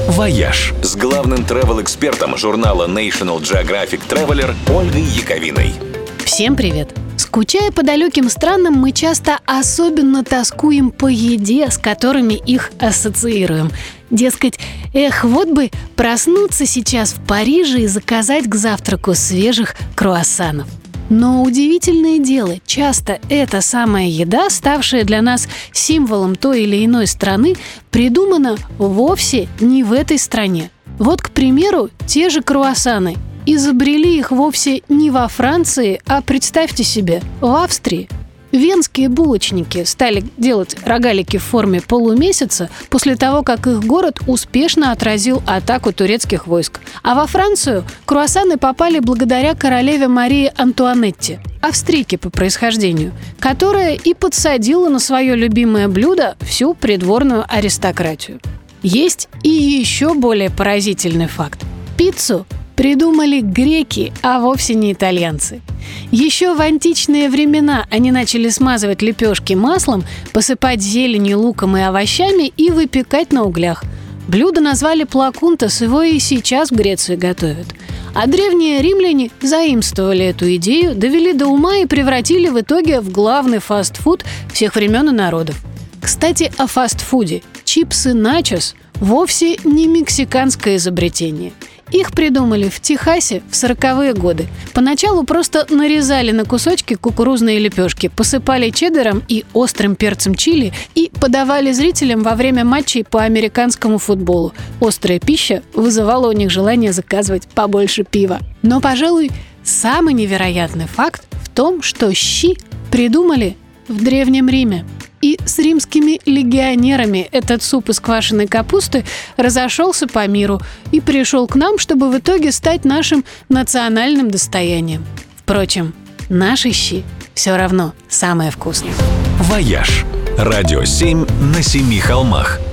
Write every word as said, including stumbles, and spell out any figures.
«Вояж» с главным travel-экспертом журнала National Geographic Traveler Ольгой Яковиной. Всем привет! Скучая по далеким странам, мы часто особенно тоскуем по еде, с которыми их ассоциируем. Дескать, эх, вот бы проснуться сейчас в Париже и заказать к завтраку свежих круассанов. Но удивительное дело, часто эта самая еда, ставшая для нас символом той или иной страны, придумана вовсе не в этой стране. Вот, к примеру, те же круассаны. Изобрели их вовсе не во Франции, а, представьте себе, в Австрии. Венские булочники стали делать рогалики в форме полумесяца после того, как их город успешно отразил атаку турецких войск. А во Францию круассаны попали благодаря королеве Марии Антуанетте, австрийке по происхождению, которая и подсадила на свое любимое блюдо всю придворную аристократию. Есть и еще более поразительный факт. Пиццу придумали греки, а вовсе не итальянцы. Еще в античные времена они начали смазывать лепешки маслом, посыпать зеленью, луком и овощами и выпекать на углях. Блюдо назвали плакунтос, его и сейчас в Греции готовят. А древние римляне заимствовали эту идею, довели до ума и превратили в итоге в главный фастфуд всех времен и народов. Кстати, о фастфуде. Чипсы начос вовсе не мексиканское изобретение. Их придумали в Техасе в сороковые годы. Поначалу просто нарезали на кусочки кукурузные лепешки, посыпали чеддером и острым перцем чили и подавали зрителям во время матчей по американскому футболу. Острая пища вызывала у них желание заказывать побольше пива. Но, пожалуй, самый невероятный факт в том, что щи придумали в Древнем Риме. И с римскими легионерами этот суп из квашеной капусты разошелся по миру и пришел к нам, чтобы в итоге стать нашим национальным достоянием. Впрочем, наши щи все равно самые вкусные. «Вояж». Радио семь на семи холмах.